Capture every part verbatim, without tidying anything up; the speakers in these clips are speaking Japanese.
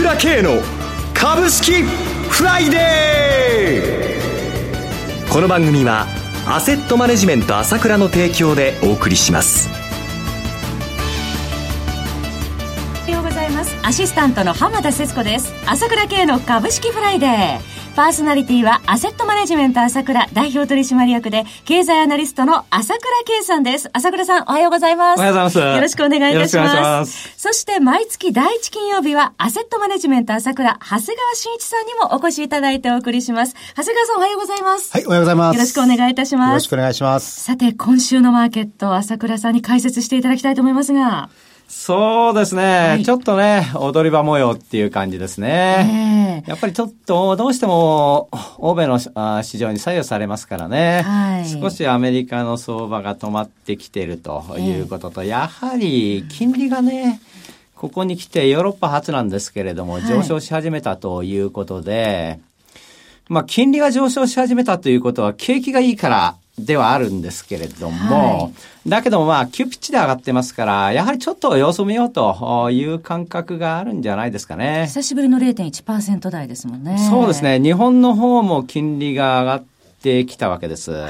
倉慶の株式フライデー。この番組はアセットマネジメント朝倉の提供でお送りします。 おはようございます。アシスタントの浜田節子です。朝倉慶の株式フライデー。パーソナリティはアセットマネジメント朝倉代表取締役で経済アナリストの朝倉慶さんです。朝倉さん、おはようございます。 おはようございます。 よろしくお願いいたします。 よろしくお願いします。 そして毎月だいいち金曜日はアセットマネジメント朝倉長谷川慎一さんにもお越しいただいてお送りします。長谷川さん、おはようございます。 はい、おはようございます。 よろしくお願いいたします。 よろしくお願いします。 さて、今週のマーケット、朝倉さんに解説していただきたいと思いますが。 そうですね、はい、ちょっとね踊り場模様っていう感じですね、えー、やっぱりちょっとどうしても欧米の市場に左右されますからね、はい、少しアメリカの相場が止まってきているということと、えー、やはり金利がねここに来てヨーロッパ初なんですけれども、はい、上昇し始めたということで、まあ金利が上昇し始めたということは景気がいいからではあるんですけれども、はい、だけどもまあ急ピッチで上がってますから、やはりちょっと様子見ようという感覚があるんじゃないですかね。 久しぶりの れいてんいちパーセント 台ですもんね。 そうですね。日本の方も金利が上がってきたわけです。はい、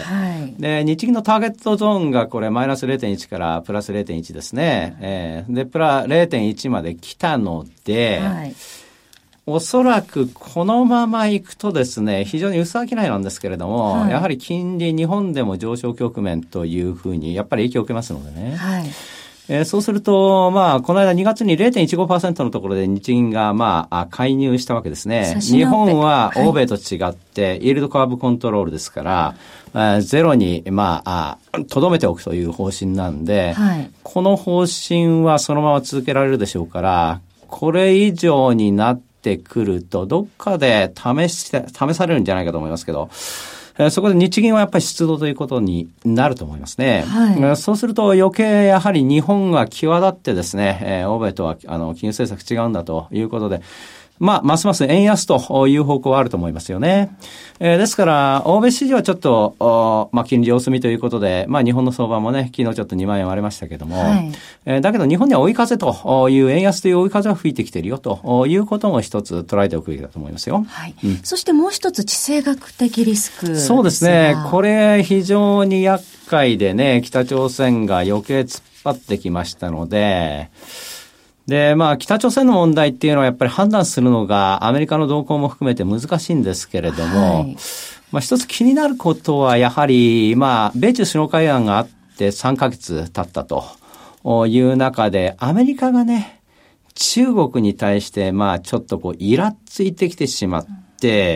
で、日銀のターゲットゾーンがこれマイナス れいてんいち からプラス れいてんいち ですね。えー、で、プラ れいてんいち まで来たので、はい、おそらくこのままいくとですね、非常に薄商いなんですけれども、はい、やはり金利日本でも上昇局面というふうにやっぱり影響を受けますのでね、はい、えー、そうするとまあこの間にがつに れいてんいちごパーセント のところで日銀がまあ介入したわけですね。日本は欧米と違って、はい、イールドカーブコントロールですから、はい、ゼロにまあとどめておくという方針なんで、はい、この方針はそのまま続けられるでしょうから、これ以上になってってくるとどっかで試して試されるんじゃないかと思いますけど、えー、そこで日銀はやっぱり出動ということになると思いますね、はい、えー、そうすると余計やはり日本が際立ってですね、えー、欧米とはあの金融政策違うんだということで、まあ、ますます円安という方向はあると思いますよね。えー、ですから、欧米市場はちょっと、まあ、金利様子見ということで、まあ、日本の相場もね、昨日ちょっとにまんえん割れましたけども、はい、えー、だけど日本には追い風という円安という追い風は吹いてきているよということも一つ捉えておくべきだと思いますよ。 はい、うん、そしてもう一つ地政学的リスク。 そうですね。これ非常に厄介でね、北朝鮮が余計突っ張ってきましたので、で、まあ、北朝鮮の問題っていうのはやっぱり判断するのがアメリカの動向も含めて難しいんですけれども、はい、まあ、一つ気になることはやはり、まあ、米中首脳会談があってさんかげつ経ったという中で、アメリカがね、中国に対して、まあ、ちょっとこう、イラついてきてしまって、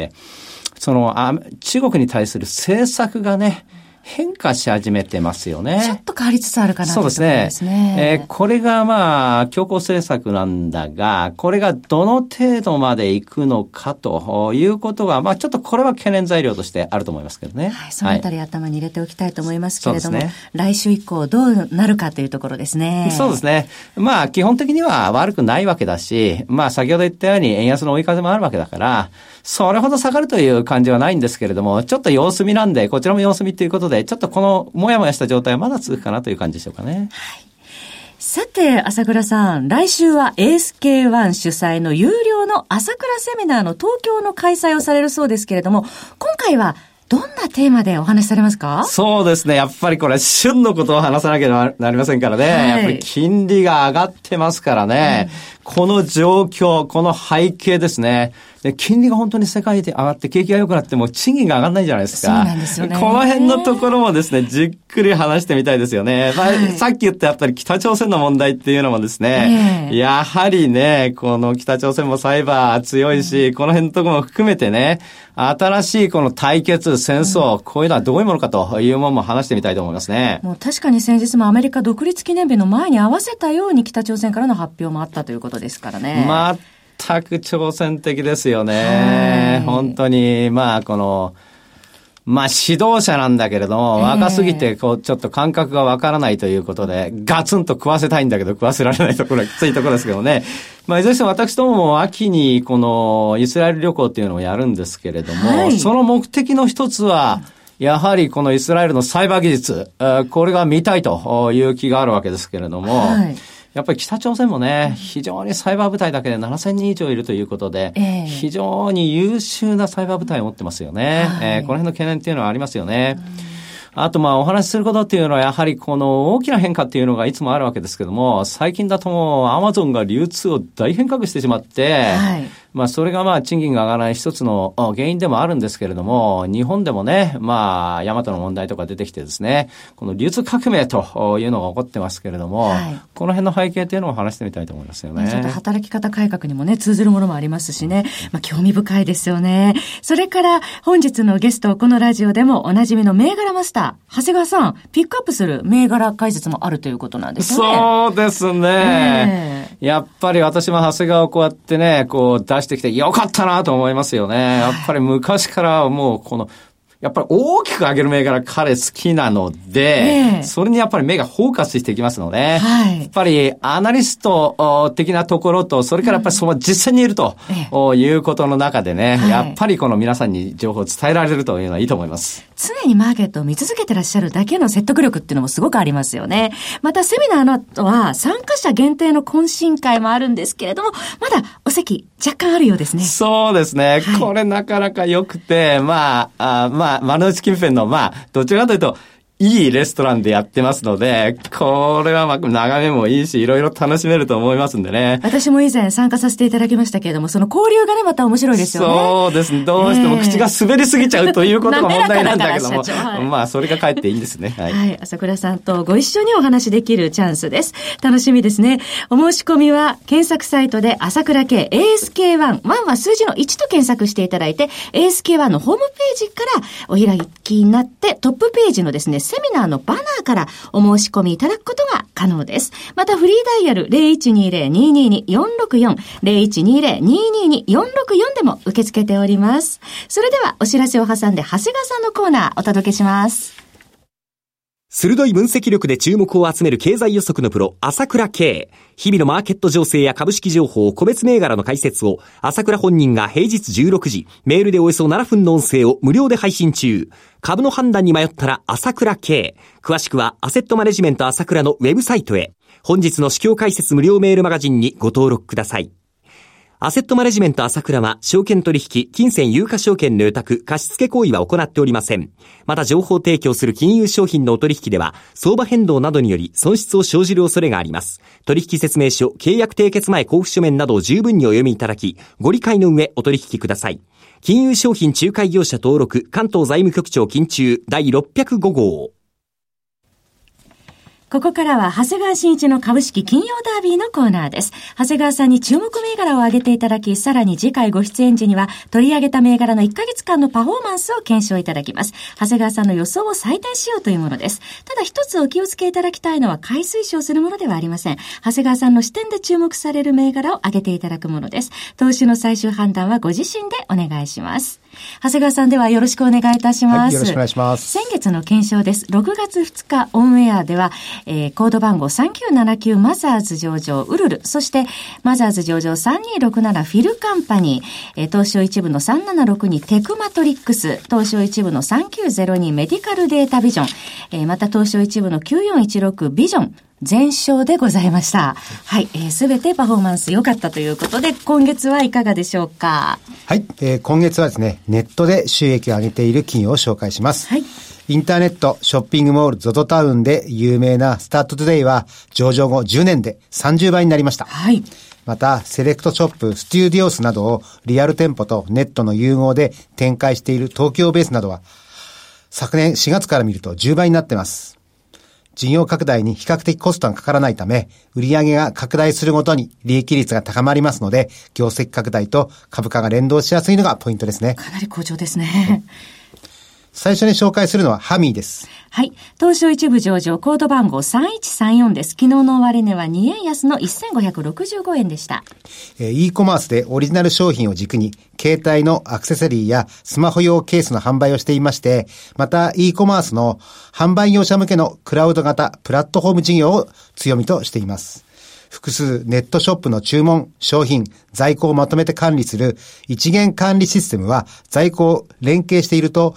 その、あ、中国に対する政策がね、変化し始めてますよね。 ちょっと変わりつつあるかなというところですね。そうですね。 えー、これがまあ強硬政策なんだが、これがどの程度までいくのかということが、まあちょっとこれは懸念材料としてあると思いますけどね。 はい、そのあたり頭に入れておきたいと思いますけれども、はい、ね、来週以降どうなるかというところですね。 そうですね。まあ基本的には悪くないわけだし、まあ先ほど言ったように円安の追い風もあるわけだから、それほど下がるという感じはないんですけれども、ちょっと様子見なんで、こちらも様子見ということで、ちょっとこのもやもやした状態はまだ続くかなという感じでしょうかね。はい。 さて、朝倉さん、来週は エーエスケーワン 主催の有料の朝倉セミナーの東京の開催をされるそうですけれども、今回はどんなテーマでお話しされますか？ そうですね。やっぱりこれ、旬のことを話さなきゃなりませんからね。はい、やっぱり金利が上がってますからね。うん、この状況、この背景ですね。で、金利が本当に世界で上がって景気が良くなっても賃金が上がらないじゃないですか。 そうなんですよね。 この辺のところもですね、じっくり話してみたいですよね。まあ、はい、さっき言ったやっぱり北朝鮮の問題っていうのもですね、えー、やはりね、この北朝鮮もサイバー強いし、うん、この辺のところも含めてね、新しいこの対決、戦争、うん、こういうのはどういうものかというものも話してみたいと思いますね。 もう確かに先日もアメリカ独立記念日の前に合わせたように北朝鮮からの発表もあったということですからね。 まあ全く挑戦的ですよね。本当に、まあ、この、まあ、指導者なんだけれども、若すぎて、こう、ちょっと感覚がわからないということで、ガツンと食わせたいんだけど、食わせられないところがきついところですけどね。まあ、いずれにしても私どもも秋に、この、イスラエル旅行っていうのをやるんですけれども、はい、その目的の一つは、やはりこのイスラエルのサイバー技術、これが見たいという気があるわけですけれども、はい、 やっぱり北朝鮮もね、非常にサイバー部隊だけでななせんにん以上いるということで、えー、非常に優秀なサイバー部隊を持ってますよね。はい、えー、この辺の懸念っていうのはありますよね。うん、あとまあお話しすることっていうのはやはりこの大きな変化っていうのがいつもあるわけですけども、最近だともうアマゾンが流通を大変革してしまって、はい、まあそれがまあ賃金が上がらない一つの原因でもあるんですけれども、日本でもね、まあヤマトの問題とか出てきてですね、この流通革命というのが起こってますけれども、はい、この辺の背景っていうのを話してみたいと思いますよね。 ちょっと働き方改革にもね、通ずるものもありますしね、まあ興味深いですよね。それから本日のゲスト、このラジオでもおなじみの銘柄マスター、長谷川さん、ピックアップする銘柄解説もあるということなんですよね。 そうですね。えー、やっぱり私も長谷川をこうやってね、こう出してきてよかったなと思いますよね。やっぱり昔からもうこの、やっぱり大きく上げる銘柄彼好きなので、えー、それにやっぱり目がフォーカスしていきますので、はい、やっぱりアナリスト的なところと、それからやっぱりその実践にいるということの中でね、えー、やっぱりこの皆さんに情報を伝えられるというのはいいと思います。 常にマーケットを見続けてらっしゃるだけの説得力っていうのもすごくありますよね。またセミナーの後は参加者限定の懇親会もあるんですけれども、まだお席若干あるようですね。 そうですね。はい、これなかなか良くて、まあ、あまあ、丸の内近辺の、まあ、どちらかというと、いいレストランでやってますので、これはまあ眺めもいいし、いろいろ楽しめると思いますんでね。 私も以前参加させていただきましたけれども、その交流がね、また面白いですよね。 そうですね。どうしても口が滑りすぎちゃうということが問題なんだけども、はい、まあそれがかえっていいんですね。 はい。はい。朝倉さんとご一緒にお話できるチャンスです。楽しみですね。お申し込みは検索サイトで朝倉系 エーエスケーワン、ワンは数字のいちと検索していただいて、エーエスケーワン のホームページからお開きになって、トップページのですね、セミナーのバナーからお申し込みいただくことが可能です。またフリーダイヤル ゼロいちにゼロ にーにーにー よんろくよん ゼロいちにゼロ にーにーにー よんろくよんでも受け付けております。それではお知らせを挟んで長谷川さんのコーナーお届けします。 鋭い分析力で注目を集める経済予測のプロ、朝倉慶。日々のマーケット情勢や株式情報、個別銘柄の解説を、朝倉本人が平日じゅうろくじ、メールでおよそななふんの音声を無料で配信中。株の判断に迷ったら朝倉慶。詳しくは、アセットマネジメント朝倉のウェブサイトへ。本日の市況解説無料メールマガジンにご登録ください。アセットマネジメント朝倉は、証券取引、金銭有価証券の予託、貸付行為は行っておりません。また情報提供する金融商品のお取引では、相場変動などにより損失を生じる恐れがあります。取引説明書、契約締結前交付書面などを十分にお読みいただき、ご理解の上お取引ください。金融商品仲介業者登録、関東財務局長金中第ろっぴゃくご号。 ここからは長谷川慎一の株式金曜ダービーのコーナーです。長谷川さんに注目銘柄を挙げていただき、さらに次回ご出演時には取り上げた銘柄のいっかげつかんのパフォーマンスを検証いただきます。長谷川さんの予想を採点しようというものです。ただ一つお気をつけいただきたいのは買い推奨するものではありません。長谷川さんの視点で注目される銘柄を挙げていただくものです。投資の最終判断はご自身でお願いします。長谷川さんではよろしくお願いいたします。はい、 よろしくお願いします。 先月の検証です。ろくがつふつかオンエアでは、えー、コード番号さんきゅうななきゅうマザーズ上場ウルル、そしてマザーズ上場さんにーろくななフィルカンパニー、えー、東証一部のさんななろくにテクマトリックス、東証一部のさんきゅうゼロにメディカルデータビジョン、えー、また東証一部のきゅうよんいちろくビジョン、全勝でございました。はい、すべ、えー、てパフォーマンス良かったということで、今月はいかがでしょうか。 はい、えー、今月はですね、ネットで収益を上げている企業を紹介します。はい。インターネット、ショッピングモール、ゾゾタウンで有名なスタートトゥデイは上場後じゅうねんでさんじゅうばいになりました。はい。また、セレクトショップ、ステューディオスなどをリアル店舗とネットの融合で展開している東京ベースなどは、昨年しがつから見るとじゅうばいになっています。事業拡大に比較的コストがかからないため、売上が拡大するごとに利益率が高まりますので、業績拡大と株価が連動しやすいのがポイントですね。 かなり好調ですね。 最初に紹介するのはハミーです。 はい。東証一部上場コード番号さんいちさんよんです。昨日の終値はにえん安のせんごひゃくろくじゅうごえんでした。 えー、e コマースでオリジナル商品を軸に、携帯のアクセサリーやスマホ用ケースの販売をしていまして、また e コマースの販売業者向けのクラウド型プラットフォーム事業を強みとしています。複数ネットショップの注文、商品、在庫をまとめて管理する一元管理システムは在庫を連携していると、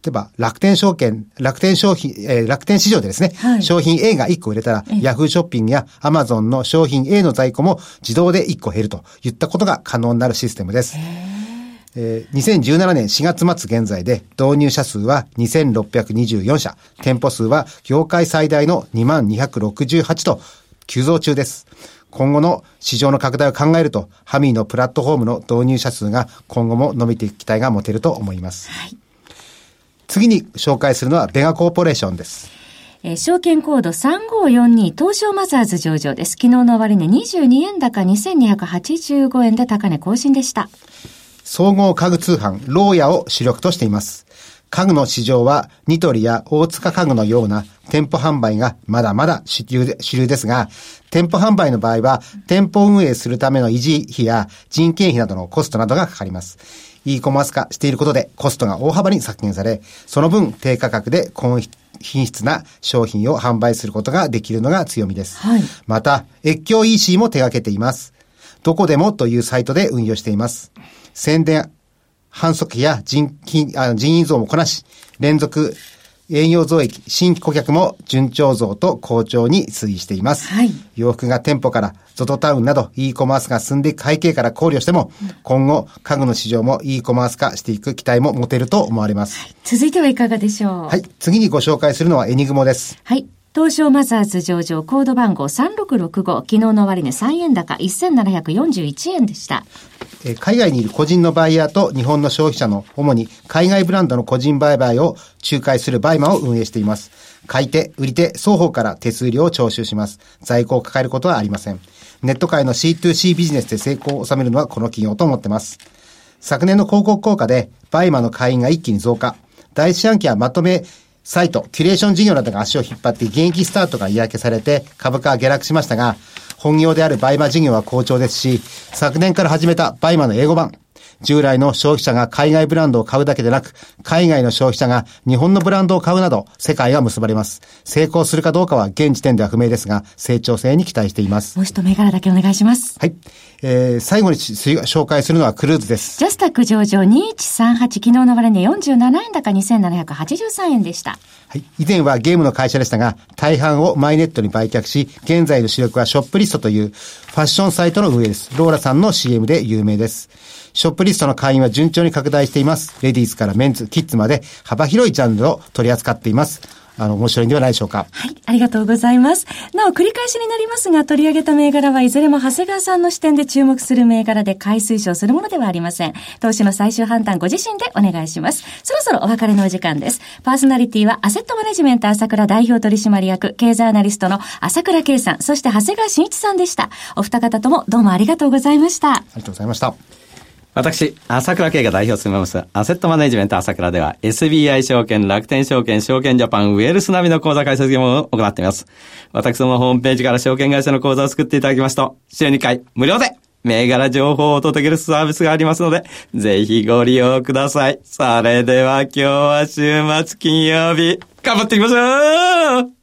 例えば楽天証券、楽天商品、えー、楽天市場でですね、はい、商品 A がいっこ売れたら、ヤフーショッピングや Amazon の商品 A の在庫も自動でいっこ減るといったことが可能になるシステムです。えー、にせんじゅうななねんしがつまつ現在で導入社数はにせんろっぴゃくにじゅうよんしゃ、店舗数は業界最大のにまんにひゃくろくじゅうはちと急増中です。今後の市場の拡大を考えると、ハミーのプラットフォームの導入者数が今後も伸びていく期待が持てると思います。はい、次に紹介するのはベガコーポレーションです。 えー、証券コードさんごよんに東証マザーズ上場です。昨日の終値にじゅうにえん高にせんにひゃくはちじゅうごえんで高値更新でした。 総合家具通販ローヤを主力としています。家具の市場はニトリや大塚家具のような店舗販売がまだまだ主流で、主流ですが、店舗販売の場合は店舗運営するための維持費や人件費などのコストなどがかかります。e コマース化していることでコストが大幅に削減され、その分低価格で高品質な商品を販売することができるのが強みです。はい、また、越境 イーシー も手掛けています。どこでもというサイトで運用しています。宣伝、販促費や人金、あ人員増もこなし、連続営業増益、新規顧客も順調増と好調に推移しています。はい、洋服が店舗から ゾゾ タウンなど e コマースが進んでいく背景から考慮しても、うん、今後家具の市場も e コマース化していく期待も持てると思われます。はい、 続いてはいかがでしょう。 はい、次にご紹介するのはエニグモです。 はい。東証マザーズ上場コード番号さんろくろくご、昨日の終値さんえん高せんななひゃくよんじゅういちえんでした。 海外にいる個人のバイヤーと日本の消費者の主に海外ブランドの個人売買を仲介するバイマを運営しています。買い手、売り手、双方から手数料を徴収します。在庫を抱えることはありません。ネット界の シーツーシー ビジネスで成功を収めるのはこの企業と思っています。昨年の広告効果でバイマの会員が一気に増加。第一四半期はまとめサイト、キュレーション事業などが足を引っ張って現役スタートが嫌気されて株価は下落しましたが、本業であるバイマ事業は好調ですし、昨年から始めたバイマの英語版、従来の消費者が海外ブランドを買うだけでなく、海外の消費者が日本のブランドを買うなど、世界が結ばれます。成功するかどうかは現時点では不明ですが、成長性に期待しています。 もう一銘柄だけお願いします。 はい。えー、最後に紹介するのはクルーズです。 ジャスタック上場にいちさんはち、昨日の終値よんじゅうななえん高にせんななひゃくはちじゅうさんえんでした。 はい。以前はゲームの会社でしたが、大半をマイネットに売却し、現在の主力はショップリストというファッションサイトの運営です。ローラさんの シーエム で有名です。ショップリストの会員は順調に拡大しています。レディースからメンズ、キッズまで幅広いジャンルを取り扱っています。あの、面白いんではないでしょうか。 はい、ありがとうございます。なお、繰り返しになりますが、取り上げた銘柄はいずれも長谷川さんの視点で注目する銘柄で買い推奨するものではありません。投資の最終判断ご自身でお願いします。そろそろお別れのお時間です。パーソナリティはアセットマネジメント朝倉代表取締役、経済アナリストの朝倉圭さん、そして長谷川慎一さんでした。お二方ともどうもありがとうございました。 ありがとうございました。 私、朝倉圭が代表を務めます、アセットマネジメント朝倉では、エスビーアイ 証券、楽天証券、証券ジャパン、ウェルス並みの口座開設業務を行っています。私どもホームページから証券会社の口座を作っていただきますと、週にかい無料で銘柄情報を届けるサービスがありますので、ぜひご利用ください。それでは今日は週末金曜日、頑張っていきましょう。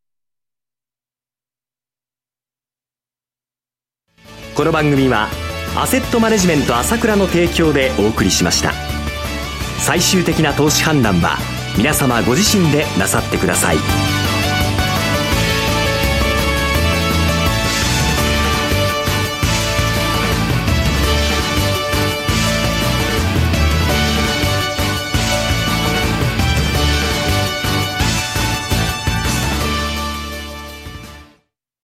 この番組は、アセットマネジメント朝倉の提供でお送りしました。最終的な投資判断は皆様ご自身でなさってください。